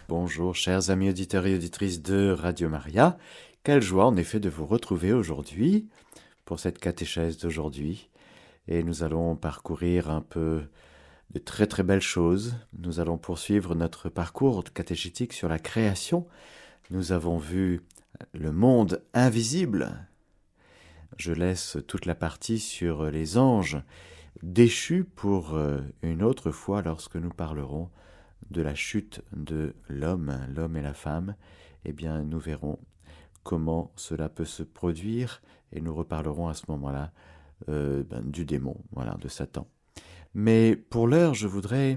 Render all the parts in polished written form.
Bonjour chers amis auditeurs et auditrices de Radio Maria, quelle joie en effet de vous retrouver aujourd'hui pour cette catéchèse d'aujourd'hui. Et nous allons parcourir un peu de très très belles choses. Nous allons poursuivre notre parcours catéchétique sur la création. Nous avons vu le monde invisible. Je laisse toute la partie sur les anges déchus pour une autre fois lorsque nous parlerons de la chute de l'homme et la femme. Eh bien, nous verrons comment cela peut se produire et nous reparlerons à ce moment-là du démon, de Satan. Mais pour l'heure, je voudrais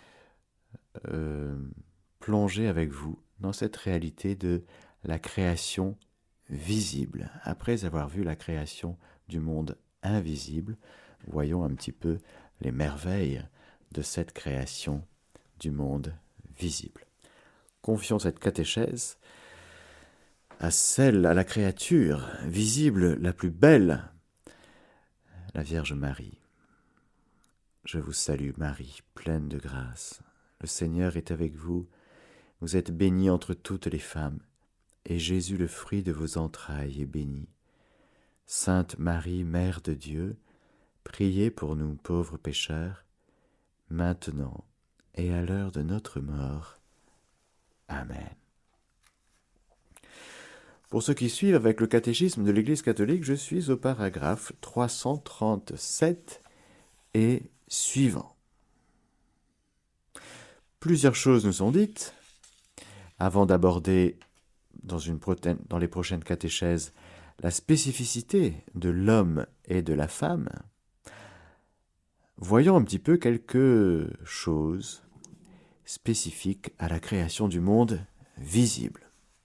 plonger avec vous dans cette réalité de la création visible. Après avoir vu la création du monde invisible, voyons un petit peu les merveilles de cette création du monde visible. Confions cette catéchèse à la créature visible la plus belle, la Vierge Marie. Je vous salue Marie, pleine de grâce. Le Seigneur est avec vous. Vous êtes bénie entre toutes les femmes, et Jésus, le fruit de vos entrailles, est béni. Sainte Marie, Mère de Dieu, priez pour nous pauvres pécheurs, maintenant et à l'heure de notre mort. Amen. Pour ceux qui suivent avec le catéchisme de l'Église catholique, je suis au paragraphe 337 et suivant. Plusieurs choses nous sont dites avant d'aborder dans les prochaines catéchèses la spécificité de l'homme et de la femme. Voyons un petit peu quelque chose spécifique à la création du monde visible.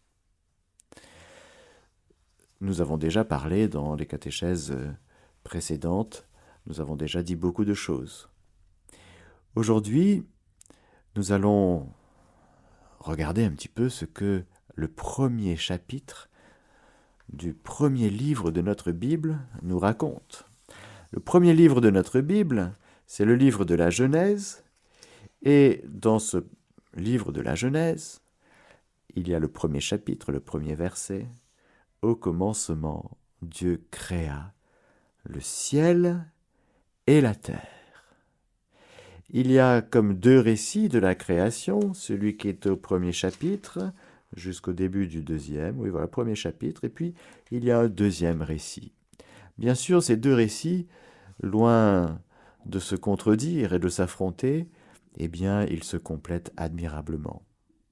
Nous avons déjà parlé dans les catéchèses précédentes, nous avons déjà dit beaucoup de choses. Aujourd'hui, nous allons regarder un petit peu ce que le premier chapitre du premier livre de notre Bible nous raconte. Le premier livre de notre Bible, c'est le livre de la Genèse, et dans ce livre de la Genèse, il y a le premier chapitre, le premier verset. Au commencement, Dieu créa le ciel et la terre. Il y a comme deux récits de la création, celui qui est au premier chapitre, jusqu'au début du deuxième, premier chapitre, et puis il y a un deuxième récit. Bien sûr, ces deux récits, loin de se contredire et de s'affronter, eh bien, ils se complètent admirablement.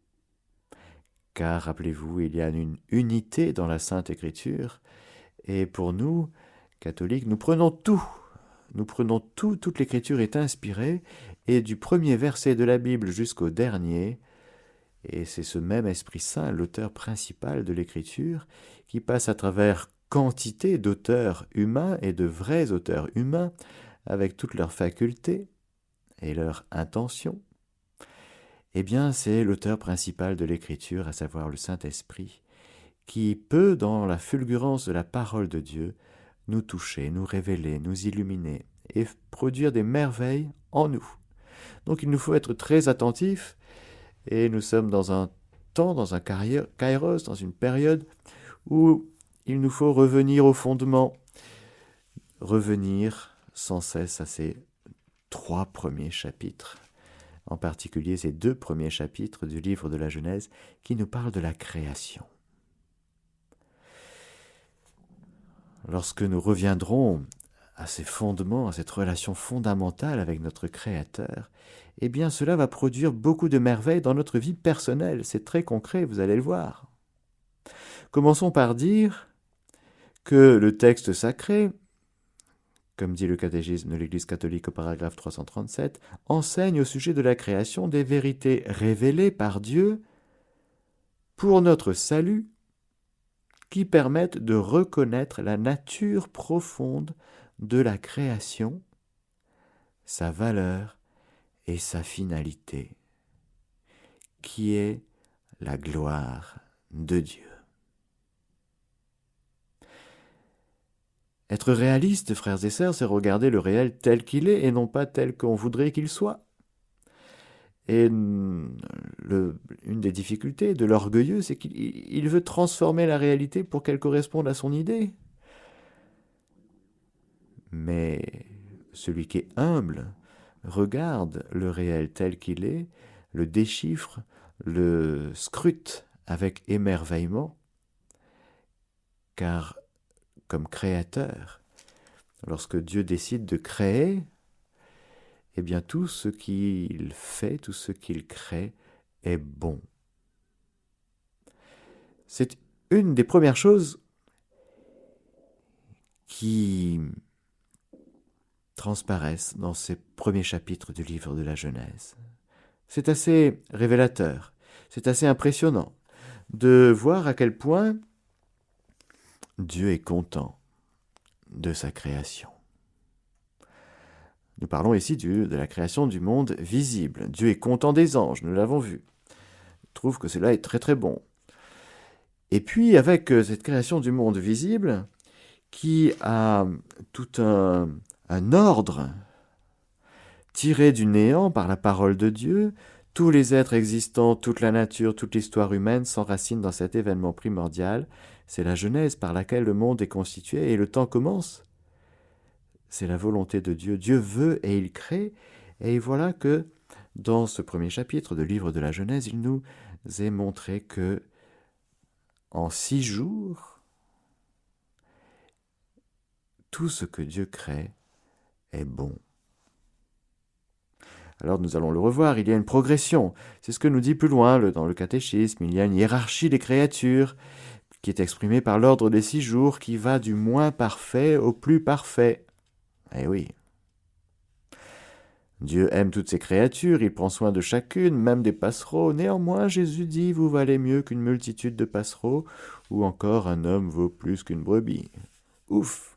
Car, rappelez-vous, il y a une unité dans la Sainte Écriture, et pour nous, catholiques, nous prenons tout, toute l'Écriture est inspirée, et du premier verset de la Bible jusqu'au dernier, et c'est ce même Esprit Saint, l'auteur principal de l'Écriture, qui passe à travers quantité d'auteurs humains et de vrais auteurs humains, avec toutes leurs facultés et leurs intentions. Eh bien, c'est l'auteur principal de l'Écriture, à savoir le Saint-Esprit, qui peut, dans la fulgurance de la parole de Dieu, nous toucher, nous révéler, nous illuminer et produire des merveilles en nous. Donc il nous faut être très attentifs, et nous sommes dans un temps, dans un kairos, dans une période où il nous faut revenir au fondement, revenir sans cesse à ces 3 premiers chapitres. En particulier ces 2 premiers chapitres du livre de la Genèse qui nous parlent de la création. Lorsque nous reviendrons à ces fondements, à cette relation fondamentale avec notre Créateur, eh bien cela va produire beaucoup de merveilles dans notre vie personnelle. C'est très concret, vous allez le voir. Commençons par dire que le texte sacré, comme dit le catéchisme de l'Église catholique au paragraphe 337, enseigne au sujet de la création des vérités révélées par Dieu pour notre salut, qui permettent de reconnaître la nature profonde de la création, sa valeur et sa finalité, qui est la gloire de Dieu. Être réaliste, frères et sœurs, c'est regarder le réel tel qu'il est et non pas tel qu'on voudrait qu'il soit. Et une des difficultés de l'orgueilleux, c'est qu'il veut transformer la réalité pour qu'elle corresponde à son idée. Mais celui qui est humble regarde le réel tel qu'il est, le déchiffre, le scrute avec émerveillement, car comme créateur, lorsque Dieu décide de créer, eh bien tout ce qu'il fait, tout ce qu'il crée est bon. C'est une des premières choses qui transparaissent dans ces premiers chapitres du livre de la Genèse. C'est assez révélateur, c'est assez impressionnant de voir à quel point Dieu est content de sa création. Nous parlons ici de la création du monde visible. Dieu est content des anges, nous l'avons vu. Il trouve que cela est très très bon. Et puis avec cette création du monde visible, qui a tout un ordre tiré du néant par la parole de Dieu, tous les êtres existants, toute la nature, toute l'histoire humaine s'enracinent dans cet événement primordial. C'est la Genèse par laquelle le monde est constitué et le temps commence. C'est la volonté de Dieu. Dieu veut et il crée. Et voilà que dans ce premier chapitre du livre de la Genèse, il nous est montré que en 6 jours, tout ce que Dieu crée est bon. Alors nous allons le revoir, il y a une progression. C'est ce que nous dit plus loin dans le catéchisme. Il y a une hiérarchie des créatures qui est exprimée par l'ordre des 6 jours qui va du moins parfait au plus parfait. Eh oui. Dieu aime toutes ses créatures, il prend soin de chacune, même des passereaux. Néanmoins, Jésus dit, vous valez mieux qu'une multitude de passereaux, ou encore un homme vaut plus qu'une brebis. Ouf!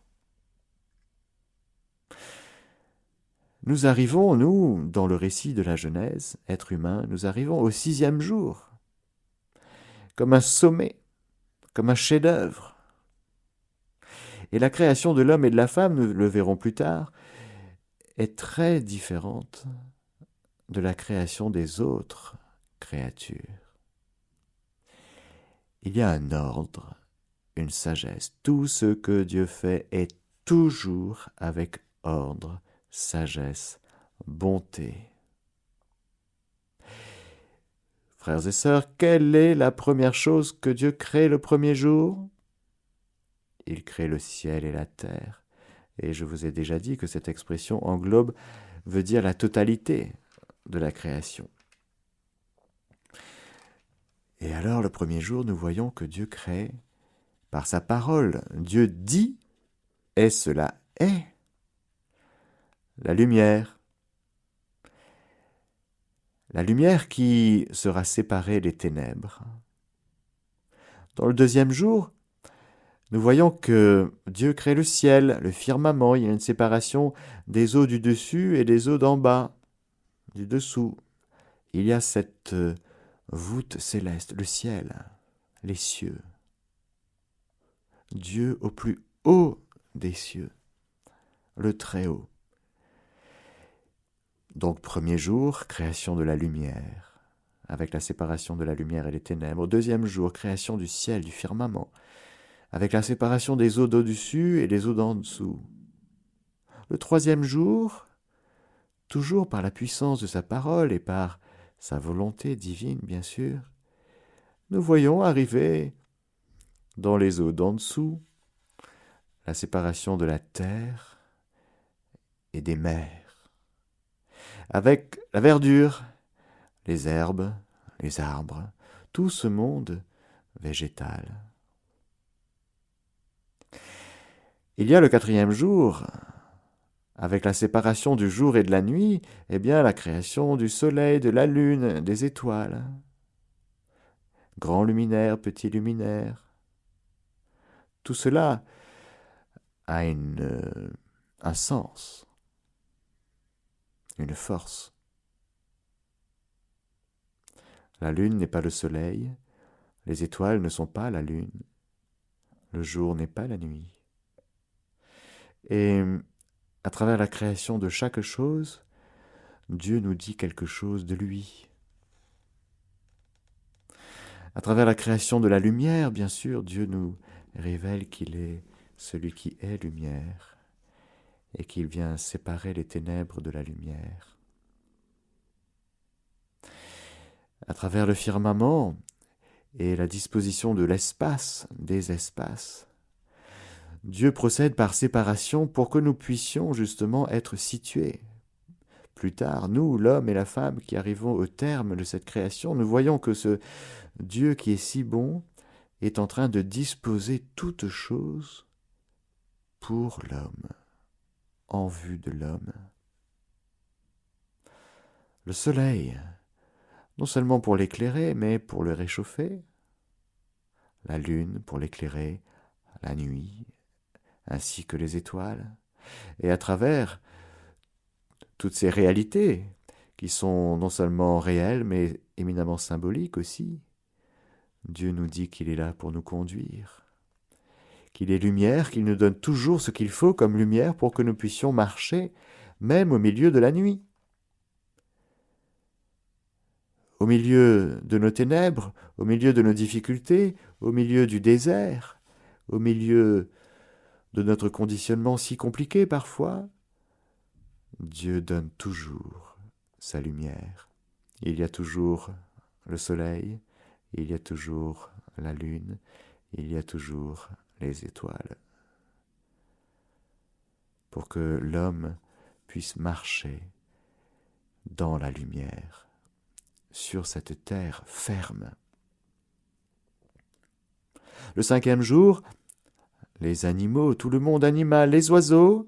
Nous arrivons, nous, dans le récit de la Genèse, être humain, nous arrivons au 6e jour, comme un sommet, comme un chef-d'œuvre. Et la création de l'homme et de la femme, nous le verrons plus tard, est très différente de la création des autres créatures. Il y a un ordre, une sagesse. Tout ce que Dieu fait est toujours avec ordre, sagesse, bonté. Frères et sœurs, quelle est la première chose que Dieu crée le premier jour? Il crée le ciel et la terre. Et je vous ai déjà dit que cette expression englobe, veut dire la totalité de la création. Et alors, le premier jour, nous voyons que Dieu crée par sa parole. Dieu dit, et cela est. La lumière. La lumière qui sera séparée des ténèbres. Dans le 2e jour, nous voyons que Dieu crée le ciel, le firmament. Il y a une séparation des eaux du dessus et des eaux d'en bas, du dessous. Il y a cette voûte céleste, le ciel, les cieux. Dieu au plus haut des cieux, le Très-Haut. Donc, premier jour, création de la lumière, avec la séparation de la lumière et les ténèbres. Au 2e jour, création du ciel, du firmament, avec la séparation des eaux d'au-dessus et des eaux d'en dessous. Le 3e jour, toujours par la puissance de sa parole et par sa volonté divine, bien sûr, nous voyons arriver dans les eaux d'en dessous la séparation de la terre et des mers, avec la verdure, les herbes, les arbres, tout ce monde végétal. Il y a le 4e jour, avec la séparation du jour et de la nuit, eh bien la création du soleil, de la lune, des étoiles. Grand luminaire, petit luminaire. Tout cela a un sens, une force. La lune n'est pas le soleil, les étoiles ne sont pas la lune, le jour n'est pas la nuit. Et à travers la création de chaque chose, Dieu nous dit quelque chose de lui. À travers la création de la lumière, bien sûr, Dieu nous révèle qu'il est celui qui est lumière et qu'il vient séparer les ténèbres de la lumière. À travers le firmament et la disposition de l'espace, des espaces, Dieu procède par séparation pour que nous puissions justement être situés. Plus tard, nous, l'homme et la femme qui arrivons au terme de cette création, nous voyons que ce Dieu qui est si bon est en train de disposer toutes choses pour l'homme, en vue de l'homme. Le soleil, non seulement pour l'éclairer, mais pour le réchauffer. La lune pour l'éclairer la nuit, ainsi que les étoiles. Et à travers toutes ces réalités, qui sont non seulement réelles, mais éminemment symboliques aussi, Dieu nous dit qu'il est là pour nous conduire, qu'il est lumière, qu'il nous donne toujours ce qu'il faut comme lumière pour que nous puissions marcher, même au milieu de la nuit. Au milieu de nos ténèbres, au milieu de nos difficultés, au milieu du désert, au milieu de notre conditionnement si compliqué parfois, Dieu donne toujours sa lumière. Il y a toujours le soleil, il y a toujours la lune, il y a toujours les étoiles, pour que l'homme puisse marcher dans la lumière, sur cette terre ferme. Le 5e jour, les animaux, tout le monde animal, les oiseaux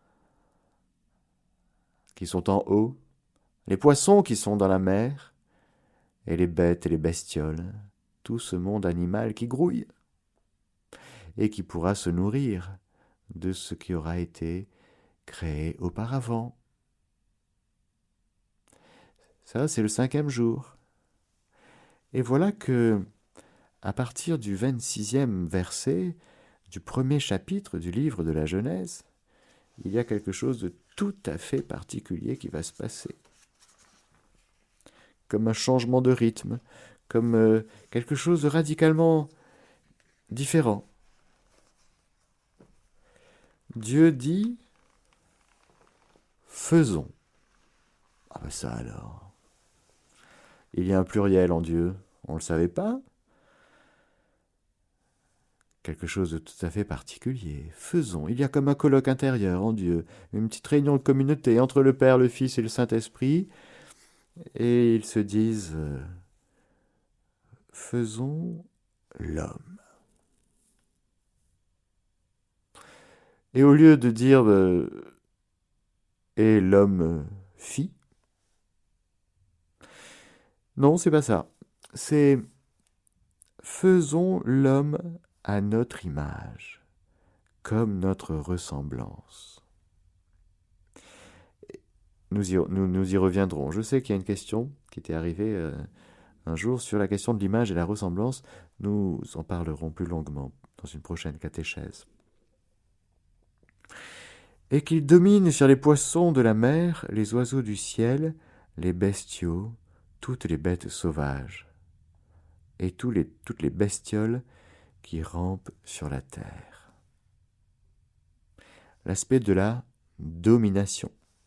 qui sont en haut, les poissons qui sont dans la mer, et les bêtes et les bestioles, tout ce monde animal qui grouille et qui pourra se nourrir de ce qui aura été créé auparavant. Ça, c'est le 5e jour. Et voilà que, à partir du 26e verset du 1er chapitre du livre de la Genèse, il y a quelque chose de tout à fait particulier qui va se passer. Comme un changement de rythme, comme quelque chose de radicalement différent. Dieu dit « faisons ». Ah ben ça alors. Il y a un pluriel en Dieu, on ne le savait pas? Quelque chose de tout à fait particulier. Faisons. Il y a comme un colloque intérieur en Dieu, une petite réunion de communauté entre le Père, le Fils et le Saint-Esprit, et ils se disent « faisons l'homme ». Et au lieu de dire « et l'homme fit », non, c'est pas ça. C'est « faisons l'homme à notre image, comme notre ressemblance ». Nous y reviendrons. Je sais qu'il y a une question qui était arrivée un jour sur la question de l'image et la ressemblance. Nous en parlerons plus longuement dans une prochaine catéchèse. Et qu'il domine sur les poissons de la mer, les oiseaux du ciel, les bestiaux, toutes les bêtes sauvages, et toutes les bestioles qui rampent sur la terre. L'aspect de la domination,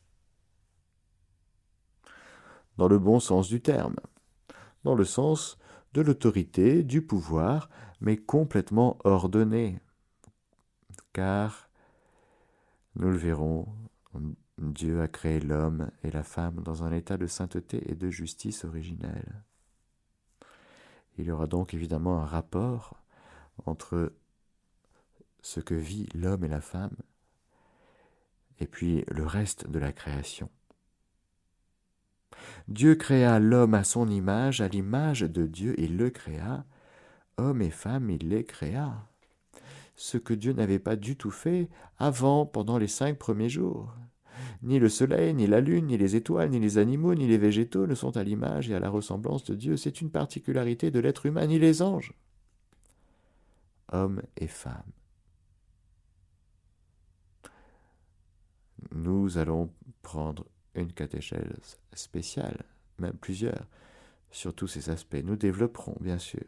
dans le bon sens du terme, dans le sens de l'autorité, du pouvoir, mais complètement ordonné, car, nous le verrons, Dieu a créé l'homme et la femme dans un état de sainteté et de justice originelle. Il y aura donc évidemment un rapport entre ce que vit l'homme et la femme et puis le reste de la création. Dieu créa l'homme à son image, à l'image de Dieu, il le créa. Homme et femme, il les créa. Ce que Dieu n'avait pas du tout fait avant, pendant les 5 premiers jours. Ni le soleil, ni la lune, ni les étoiles, ni les animaux, ni les végétaux ne sont à l'image et à la ressemblance de Dieu. C'est une particularité de l'être humain, ni les anges. Hommes et femmes. Nous allons prendre une catéchèse spéciale, même plusieurs, sur tous ces aspects. Nous développerons, bien sûr.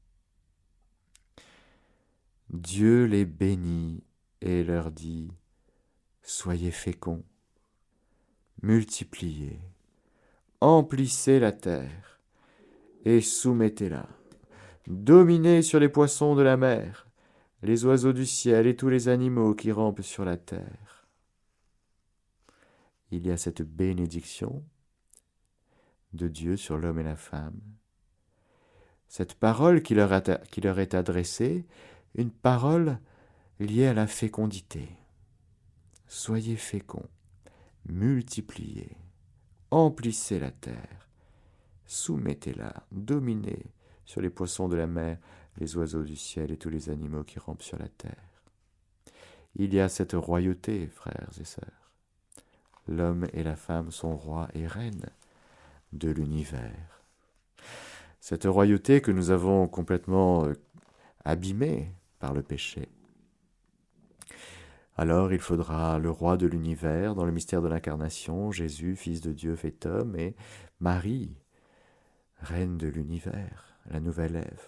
Dieu les bénit et leur dit, soyez féconds, multipliez, emplissez la terre et soumettez-la. Dominez sur les poissons de la mer, les oiseaux du ciel et tous les animaux qui rampent sur la terre. Il y a cette bénédiction de Dieu sur l'homme et la femme. Cette parole qui leur est adressée, une parole liée à la fécondité. Soyez féconds, multipliez, emplissez la terre, soumettez-la, dominez sur les poissons de la mer, les oiseaux du ciel et tous les animaux qui rampent sur la terre. Il y a cette royauté, frères et sœurs. L'homme et la femme sont rois et reines de l'univers. Cette royauté que nous avons complètement abîmée par le péché. Alors il faudra le roi de l'univers dans le mystère de l'incarnation, Jésus, fils de Dieu fait homme, et Marie, reine de l'univers, la nouvelle Ève,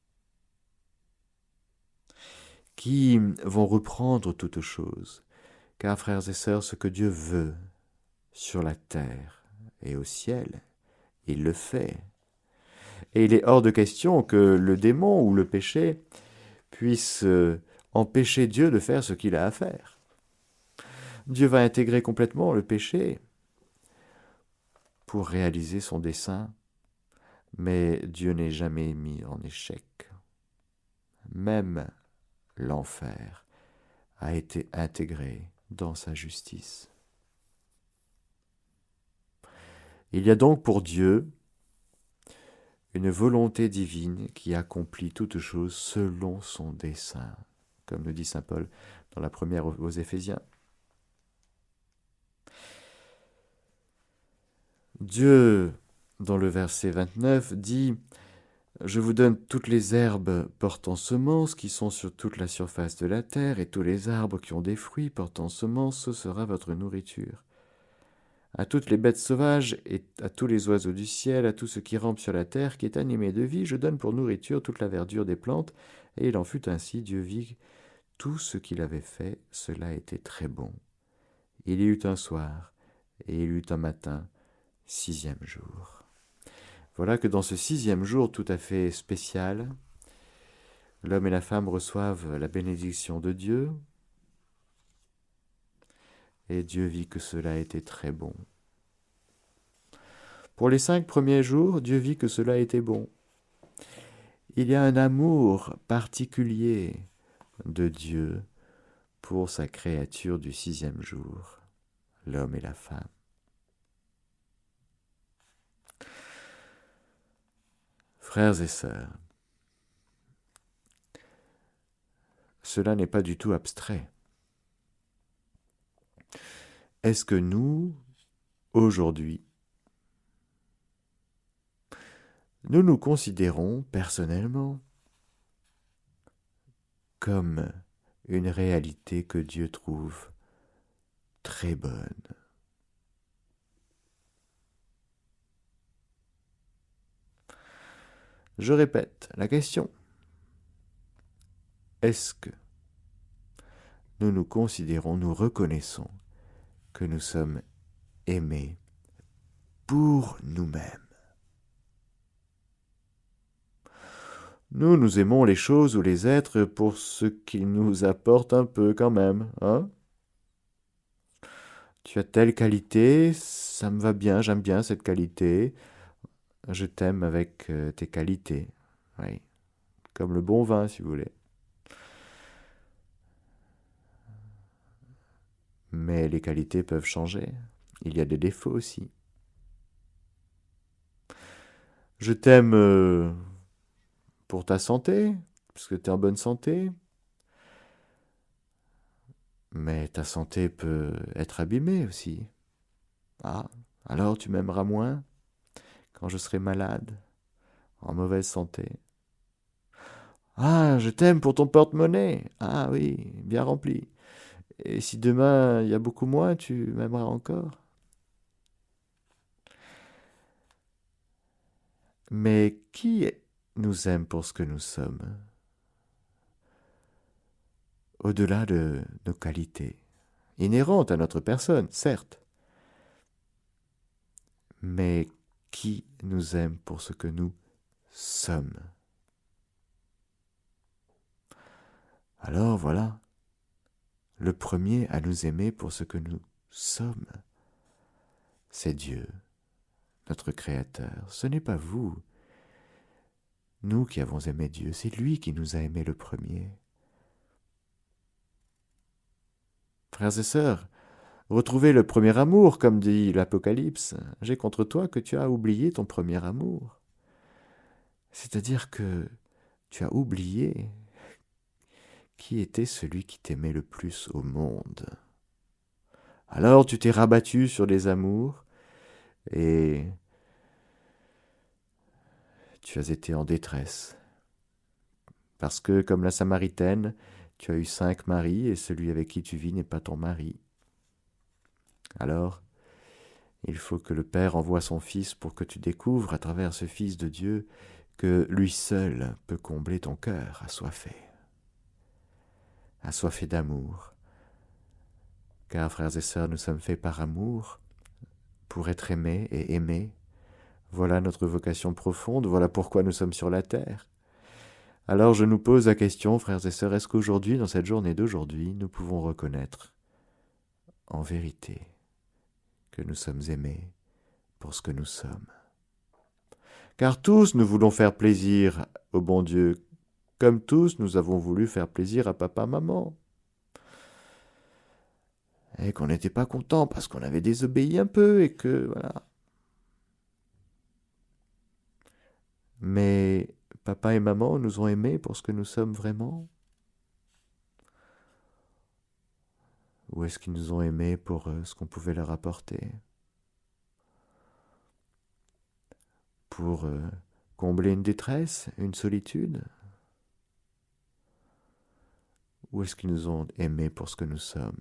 qui vont reprendre toutes choses. Car, frères et sœurs, ce que Dieu veut sur la terre et au ciel, il le fait. Et il est hors de question que le démon ou le péché puisse empêcher Dieu de faire ce qu'il a à faire. Dieu va intégrer complètement le péché pour réaliser son dessein, mais Dieu n'est jamais mis en échec. Même l'enfer a été intégré dans sa justice. Il y a donc pour Dieu une volonté divine qui accomplit toutes choses selon son dessein, comme nous dit saint Paul dans la première aux Éphésiens. Dieu, dans le verset 29, dit « Je vous donne toutes les herbes portant semence qui sont sur toute la surface de la terre, et tous les arbres qui ont des fruits portant semence, ce sera votre nourriture. À toutes les bêtes sauvages et à tous les oiseaux du ciel, à tout ce qui rampe sur la terre, qui est animé de vie, je donne pour nourriture toute la verdure des plantes. » Et il en fut ainsi, Dieu vit tout ce qu'il avait fait, cela était très bon. Il y eut un soir, et il y eut un matin, 6e jour. Voilà que dans ce 6e jour tout à fait spécial, l'homme et la femme reçoivent la bénédiction de Dieu, et Dieu vit que cela était très bon. Pour les 5 premiers jours, Dieu vit que cela était bon. Il y a un amour particulier de Dieu pour sa créature du 6e jour, l'homme et la femme. Frères et sœurs, cela n'est pas du tout abstrait. Est-ce que nous, aujourd'hui, nous nous considérons personnellement comme une réalité que Dieu trouve très bonne? Je répète la question. Est-ce que nous nous considérons, nous reconnaissons que nous sommes aimés pour nous-mêmes? Nous aimons les choses ou les êtres pour ce qu'ils nous apportent un peu quand même, hein? Tu as telle qualité, ça me va bien, j'aime bien cette qualité. Je t'aime avec tes qualités, oui, comme le bon vin si vous voulez. Mais les qualités peuvent changer, il y a des défauts aussi. Je t'aime pour ta santé, parce que tu es en bonne santé, mais ta santé peut être abîmée aussi. Ah, alors tu m'aimeras moins quand je serai malade, en mauvaise santé. Ah, je t'aime pour ton porte-monnaie. Ah oui, bien rempli. Et si demain il y a beaucoup moins, tu m'aimeras encore? Mais qui nous aime pour ce que nous sommes, au-delà de nos qualités, inhérentes à notre personne, certes, mais qui nous aime pour ce que nous sommes. Alors voilà, le premier à nous aimer pour ce que nous sommes, c'est Dieu, notre Créateur. Ce n'est pas vous, nous qui avons aimé Dieu, c'est lui qui nous a aimés le premier. Frères et sœurs, retrouvez le premier amour, comme dit l'Apocalypse. J'ai contre toi que tu as oublié ton premier amour. C'est-à-dire que tu as oublié qui était celui qui t'aimait le plus au monde. Alors tu t'es rabattu sur les amours et tu as été en détresse. Parce que, comme la Samaritaine, tu as eu 5 maris et celui avec qui tu vis n'est pas ton mari. Alors, il faut que le Père envoie son Fils pour que tu découvres à travers ce Fils de Dieu que lui seul peut combler ton cœur assoiffé d'amour. Car, frères et sœurs, nous sommes faits par amour, pour être aimés et aimés. Voilà notre vocation profonde, voilà pourquoi nous sommes sur la terre. Alors je nous pose la question, frères et sœurs, est-ce qu'aujourd'hui, dans cette journée d'aujourd'hui, nous pouvons reconnaître en vérité que nous sommes aimés pour ce que nous sommes? Car tous nous voulons faire plaisir au bon Dieu, comme tous nous avons voulu faire plaisir à papa, maman. Et qu'on n'était pas content parce qu'on avait désobéi un peu et que, voilà. Mais papa et maman nous ont aimés pour ce que nous sommes vraiment? Ou est-ce qu'ils nous ont aimés pour ce qu'on pouvait leur apporter? Pour combler une détresse, une solitude? Ou est-ce qu'ils nous ont aimés pour ce que nous sommes?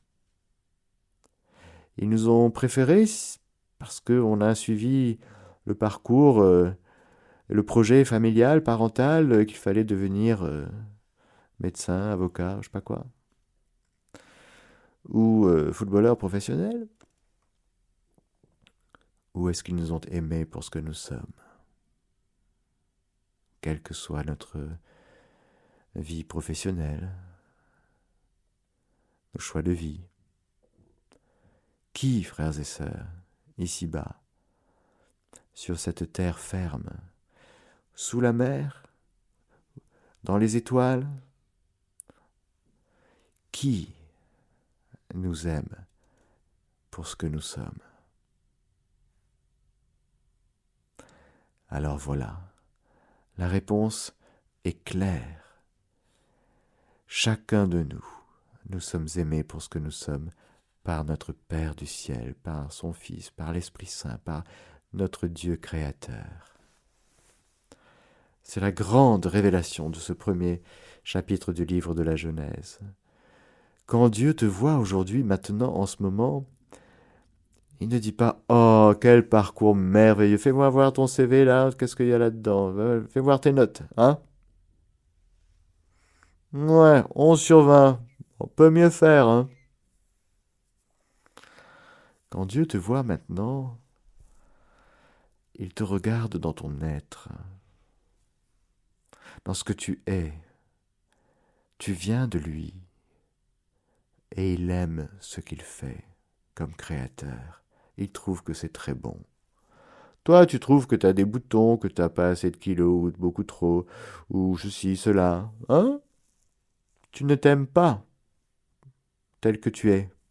Ils nous ont préférés parce qu'on a suivi le parcours, le projet familial, parental, qu'il fallait devenir médecin, avocat, je sais pas quoi. Ou footballeur professionnel. Ou est-ce qu'ils nous ont aimés pour ce que nous sommes? Quelle que soit notre vie professionnelle, nos choix de vie. Qui, frères et sœurs, ici-bas, sur cette terre ferme, sous la mer, dans les étoiles, qui nous aime pour ce que nous sommes? Alors voilà, la réponse est claire. Chacun de nous, nous sommes aimés pour ce que nous sommes par notre Père du ciel, par son Fils, par l'Esprit Saint, par notre Dieu créateur. C'est la grande révélation de ce premier chapitre du livre de la Genèse. Quand Dieu te voit aujourd'hui, maintenant, en ce moment, il ne dit pas « Oh, quel parcours merveilleux, fais-moi voir ton CV là, qu'est-ce qu'il y a là-dedans, fais voir tes notes, hein ?» Ouais, 11 sur 20, on peut mieux faire, hein. Quand Dieu te voit maintenant, il te regarde dans ton être, dans ce que tu es. Tu viens de lui, et il aime ce qu'il fait comme créateur. Il trouve que c'est très bon. Toi, tu trouves que tu as des boutons, que tu n'as pas assez de kilos, ou beaucoup trop, ou ceci, cela, hein? Tu ne t'aimes pas tel que tu es.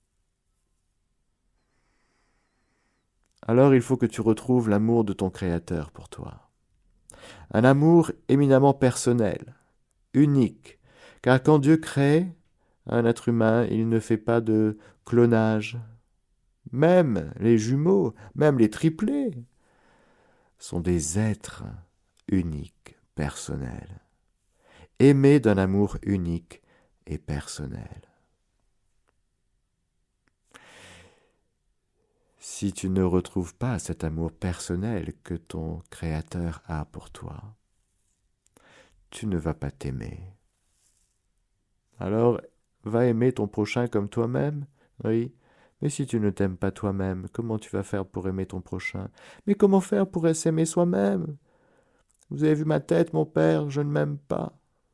Alors il faut que tu retrouves l'amour de ton Créateur pour toi. Un amour éminemment personnel, unique, car quand Dieu crée un être humain, il ne fait pas de clonage. Même les jumeaux, même les triplés, sont des êtres uniques, personnels, aimés d'un amour unique et personnel. si tu ne retrouves pas cet amour personnel que ton Créateur a pour toi, tu ne vas pas t'aimer. Alors, va aimer ton prochain comme toi-même, oui. Mais si tu ne t'aimes pas toi-même, comment tu vas faire pour aimer ton prochain? Mais comment faire pour s'aimer soi-même? Vous avez vu ma tête, mon père, je ne m'aime pas.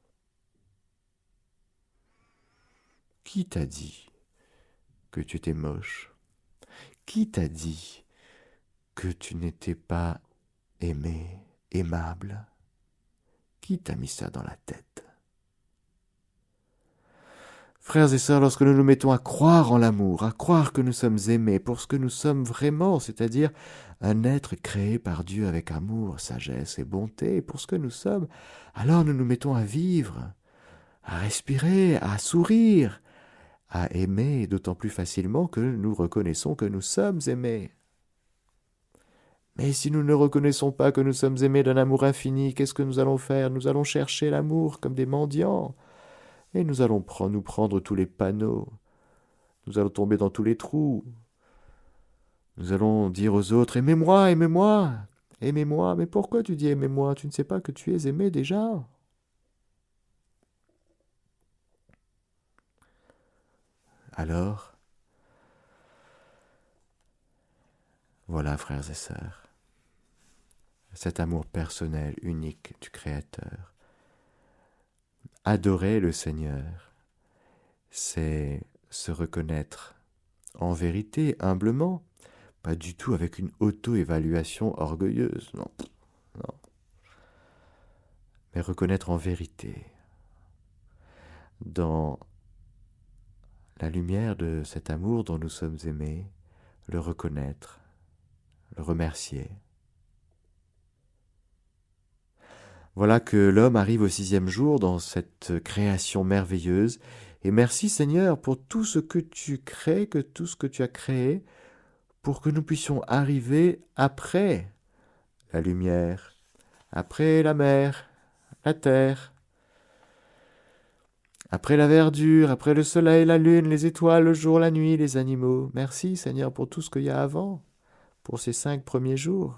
Qui t'a dit que tu étais moche? Qui t'a dit que tu n'étais pas aimé, aimable? Qui t'a mis ça dans la tête? Frères et sœurs, lorsque nous nous mettons à croire en l'amour, à croire que nous sommes aimés pour ce que nous sommes vraiment, c'est-à-dire un être créé par Dieu avec amour, sagesse et bonté, pour ce que nous sommes, alors nous nous mettons à vivre, à respirer, à sourire, à aimer d'autant plus facilement que nous reconnaissons que nous sommes aimés. Mais si nous ne reconnaissons pas que nous sommes aimés d'un amour infini, qu'est-ce que nous allons faire? Nous allons chercher l'amour comme des mendiants, et nous allons nous prendre tous les panneaux, nous allons tomber dans tous les trous, nous allons dire aux autres « Aimez-moi, aimez-moi, aimez-moi ». Mais pourquoi tu dis « Aimez-moi » ? Tu ne sais pas que tu es aimé déjà. Alors, voilà, frères et sœurs, cet amour personnel, unique du Créateur. Adorer le Seigneur, c'est se reconnaître en vérité, humblement, pas du tout avec une auto-évaluation orgueilleuse, non, non. Mais reconnaître en vérité, dans la lumière de cet amour dont nous sommes aimés, le reconnaître, le remercier. Voilà que l'homme arrive au 6e jour dans cette création merveilleuse. Et merci Seigneur pour tout ce que tu crées, que tout ce que tu as créé, pour que nous puissions arriver après la lumière, après la mer, la terre, après la verdure, après le soleil, la lune, les étoiles, le jour, la nuit, les animaux. Merci Seigneur pour tout ce qu'il y a avant, pour ces 5 premiers jours,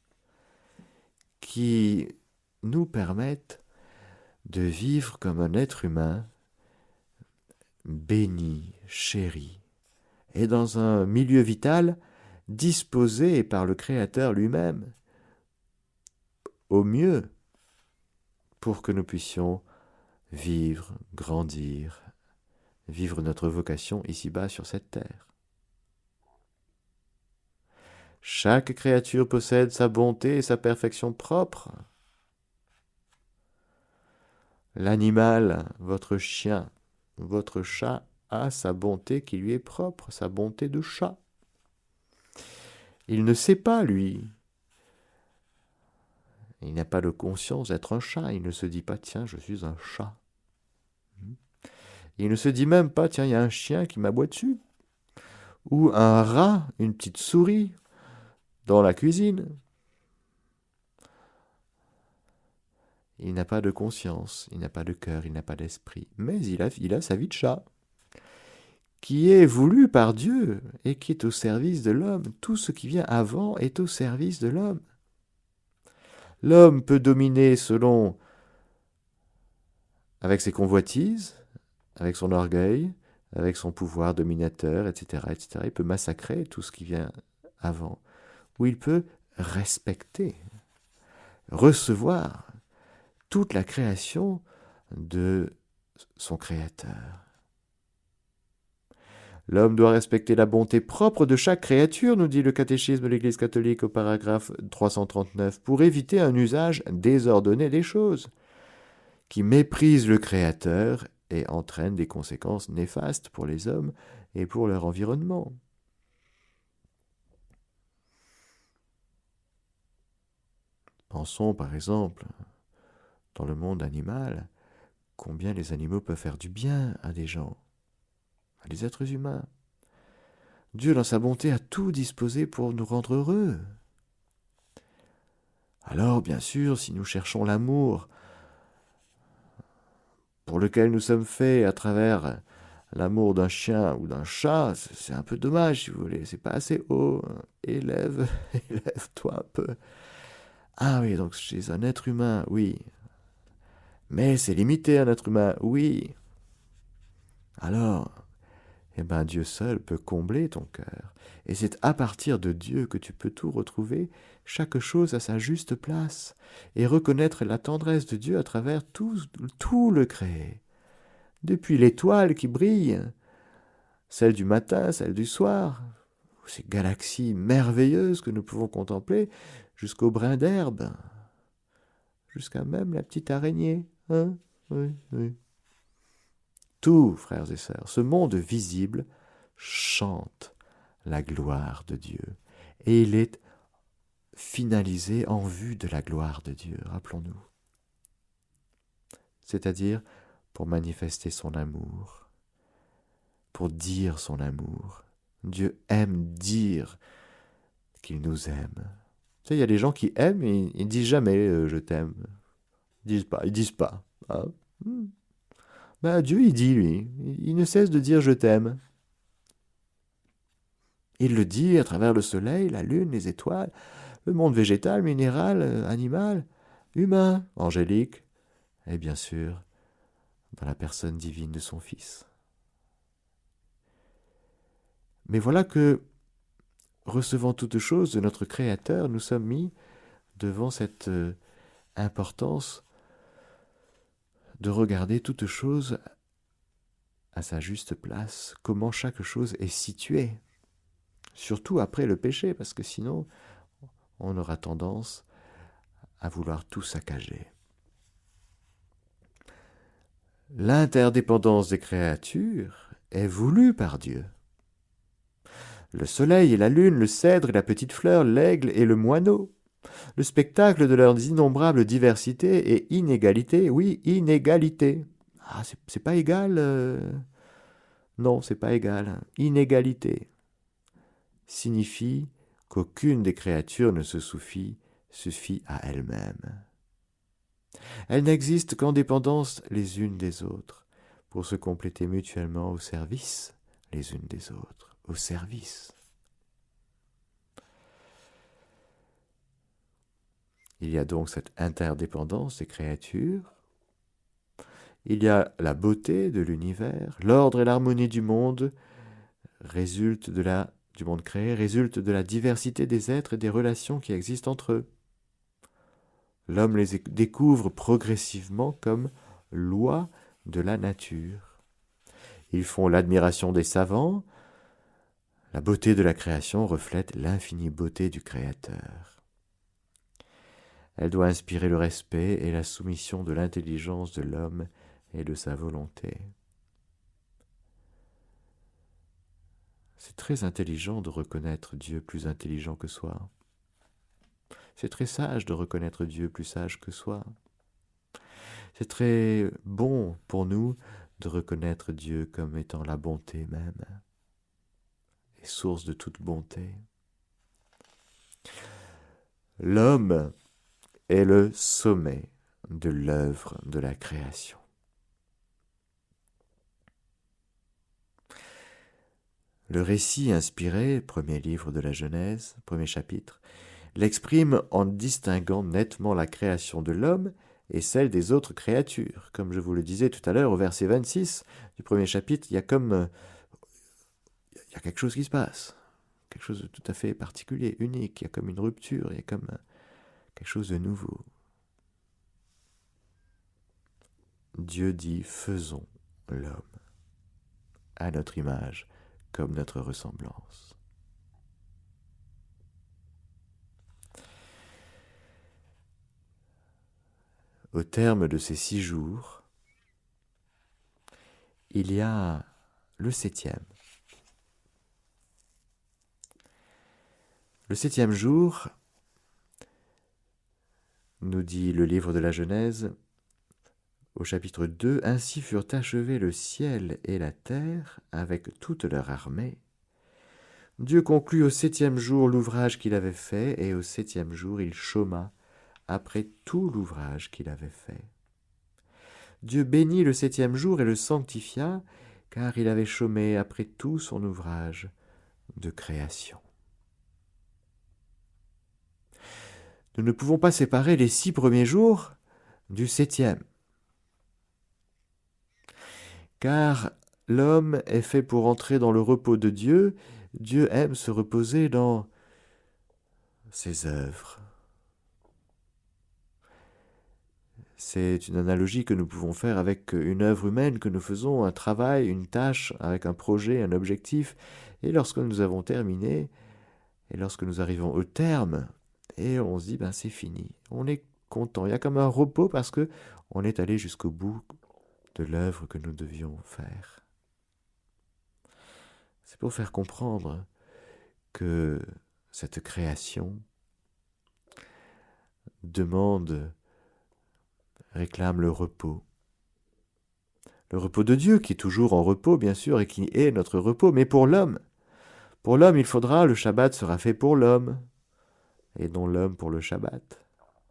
qui nous permettent de vivre comme un être humain béni, chéri, et dans un milieu vital disposé par le Créateur lui-même au mieux pour que nous puissions vivre, grandir, vivre notre vocation ici-bas sur cette terre. Chaque créature possède sa bonté et sa perfection propre. L'animal, votre chien, votre chat a sa bonté qui lui est propre, sa bonté de chat. Il ne sait pas, lui. Il n'a pas de conscience d'être un chat. Il ne se dit pas, tiens, je suis un chat. Il ne se dit même pas, tiens, il y a un chien qui m'aboie dessus. Ou un rat, une petite souris, dans la cuisine. Il n'a pas de conscience, il n'a pas de cœur, il n'a pas d'esprit. Mais il a sa vie de chat, qui est voulue par Dieu et qui est au service de l'homme. Tout ce qui vient avant est au service de l'homme. L'homme peut dominer avec ses convoitises, avec son orgueil, avec son pouvoir dominateur, etc., etc. Il peut massacrer tout ce qui vient avant. Ou il peut respecter, recevoir toute la création de son Créateur. L'homme doit respecter la bonté propre de chaque créature, nous dit le catéchisme de l'Église catholique au paragraphe 339, pour éviter un usage désordonné des choses, qui méprise le Créateur et entraîne des conséquences néfastes pour les hommes et pour leur environnement. Pensons par exemple, dans le monde animal, combien les animaux peuvent faire du bien à des gens, à des êtres humains. Dieu, dans sa bonté, a tout disposé pour nous rendre heureux. Alors, bien sûr, si nous cherchons l'amour pour lequel nous sommes faits à travers L'amour d'un chien ou d'un chat, c'est un peu dommage, si vous voulez. C'est pas assez haut. Élève-toi un peu. Ah oui, donc chez un être humain, oui. Mais c'est limité, un être humain, oui. Alors, eh ben Dieu seul peut combler ton cœur. Et c'est à partir de Dieu que tu peux tout retrouver, chaque chose à sa juste place, et reconnaître la tendresse de Dieu à travers tout le créé. Depuis l'étoile qui brille, celle du matin, celle du soir, ces galaxies merveilleuses que nous pouvons contempler, jusqu'au brin d'herbe, jusqu'à même la petite araignée. Hein? Oui, oui. Tout, frères et sœurs, ce monde visible chante la gloire de Dieu. Et il est finalisé en vue de la gloire de Dieu, rappelons-nous. C'est-à-dire pour manifester son amour, pour dire son amour. Dieu aime dire qu'il nous aime. Tu sais, il y a des gens qui aiment et ils ne disent jamais je t'aime. Ils disent pas. Hein. Ben, Dieu, il dit, lui. Il ne cesse de dire je t'aime. Il le dit à travers le soleil, la lune, les étoiles, le monde végétal, minéral, animal, humain, angélique, et bien sûr, dans la personne divine de son Fils. Mais voilà que, recevant toutes choses de notre Créateur, nous sommes mis devant cette importance de regarder toute chose à sa juste place, comment chaque chose est située, surtout après le péché, parce que sinon, on aura tendance à vouloir tout saccager. L'interdépendance des créatures est voulue par Dieu. Le soleil et la lune, le cèdre et la petite fleur, l'aigle et le moineau, le spectacle de leurs innombrables diversités et inégalités, oui, inégalité. Ah, c'est pas égal Non, c'est pas égal. Inégalité signifie qu'aucune des créatures ne se suffit à elle-même. Elles n'existent qu'en dépendance les unes des autres, pour se compléter mutuellement au service les unes des autres, au service. Il y a donc cette interdépendance des créatures. Il y a la beauté de l'univers, l'ordre et l'harmonie du monde du monde créé résultent de la diversité des êtres et des relations qui existent entre eux. L'homme les découvre progressivement comme lois de la nature. Ils font l'admiration des savants. La beauté de la création reflète l'infinie beauté du Créateur. Elle doit inspirer le respect et la soumission de l'intelligence de l'homme et de sa volonté. C'est très intelligent de reconnaître Dieu plus intelligent que soi. C'est très sage de reconnaître Dieu plus sage que soi. C'est très bon pour nous de reconnaître Dieu comme étant la bonté même, et source de toute bonté. L'homme est le sommet de l'œuvre de la création. Le récit inspiré, premier livre de la Genèse, premier chapitre, l'exprime en distinguant nettement la création de l'homme et celle des autres créatures. Comme je vous le disais tout à l'heure, au verset 26 du premier chapitre, il y a quelque chose qui se passe, quelque chose de tout à fait particulier, unique, il y a comme une rupture, il y a comme quelque chose de nouveau. Dieu dit « faisons l'homme à notre image, comme notre ressemblance ». Au terme de ces 6 jours, il y a le 7e. Le 7e jour, nous dit le livre de la Genèse, au chapitre 2, « Ainsi furent achevés le ciel et la terre avec toute leur armée. Dieu conclut au 7e jour l'ouvrage qu'il avait fait, et au 7e jour il chôma après tout l'ouvrage qu'il avait fait. Dieu bénit le 7e jour et le sanctifia, car il avait chômé après tout son ouvrage de création. Nous ne pouvons pas séparer les 6 premiers jours du 7e, car l'homme est fait pour entrer dans le repos de Dieu. Dieu aime se reposer dans ses œuvres. C'est une analogie que nous pouvons faire avec une œuvre humaine que nous faisons, un travail, une tâche, avec un projet, un objectif. Et lorsque nous avons terminé, et lorsque nous arrivons au terme, et on se dit, c'est fini. On est content. Il y a comme un repos parce que on est allé jusqu'au bout de l'œuvre que nous devions faire. C'est pour faire comprendre que cette création réclame le repos. Le repos de Dieu, qui est toujours en repos, bien sûr, et qui est notre repos, mais pour l'homme, il faudra, le Shabbat sera fait pour l'homme, et non l'homme pour le Shabbat.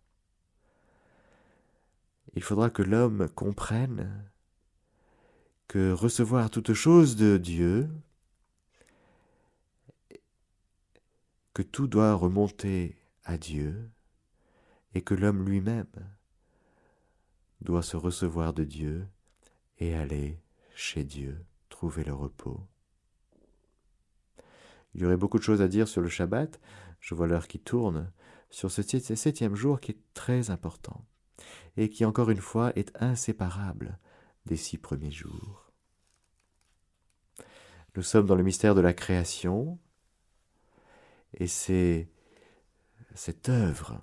Il faudra que l'homme comprenne que recevoir toute chose de Dieu, que tout doit remonter à Dieu, et que l'homme lui-même doit se recevoir de Dieu et aller chez Dieu, trouver le repos. Il y aurait beaucoup de choses à dire sur le Shabbat, je vois l'heure qui tourne, sur ce 7e jour qui est très important, et qui encore une fois est inséparable des 6 premiers jours. Nous sommes dans le mystère de la création, et c'est cette œuvre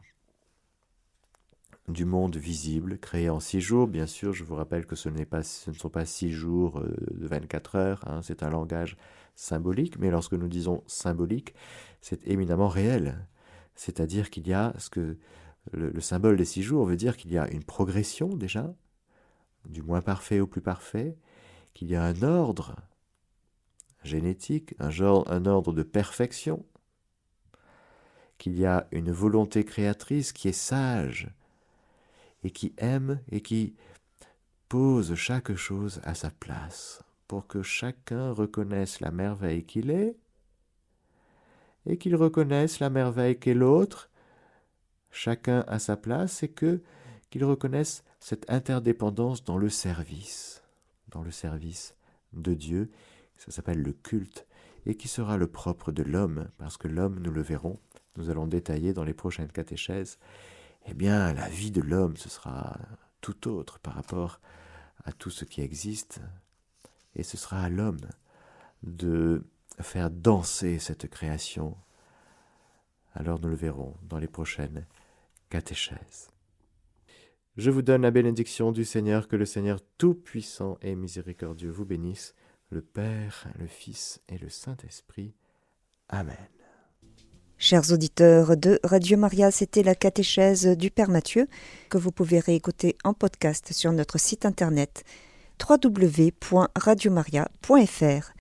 du monde visible, créé en 6 jours. Bien sûr, je vous rappelle que ce ne sont pas 6 jours de 24 heures, c'est un langage symbolique, mais lorsque nous disons symbolique, c'est éminemment réel. C'est-à-dire qu'il y a le symbole des 6 jours veut dire qu'il y a une progression déjà, du moins parfait au plus parfait, qu'il y a un ordre génétique, un ordre de perfection, qu'il y a une volonté créatrice qui est sage, et qui aime et qui pose chaque chose à sa place pour que chacun reconnaisse la merveille qu'il est et qu'il reconnaisse la merveille qu'est l'autre, chacun à sa place, et qu'il reconnaisse cette interdépendance dans le service de Dieu. Ça s'appelle le culte, et qui sera le propre de l'homme, parce que l'homme, nous le verrons, nous allons détailler dans les prochaines catéchèses, la vie de l'homme, ce sera tout autre par rapport à tout ce qui existe. Et ce sera à l'homme de faire danser cette création. Alors nous le verrons dans les prochaines catéchèses. Je vous donne la bénédiction du Seigneur, que le Seigneur Tout-Puissant et Miséricordieux vous bénisse, le Père, le Fils et le Saint-Esprit. Amen. Chers auditeurs de Radio Maria, c'était la catéchèse du Père Mathieu que vous pouvez réécouter en podcast sur notre site internet www.radiomaria.fr.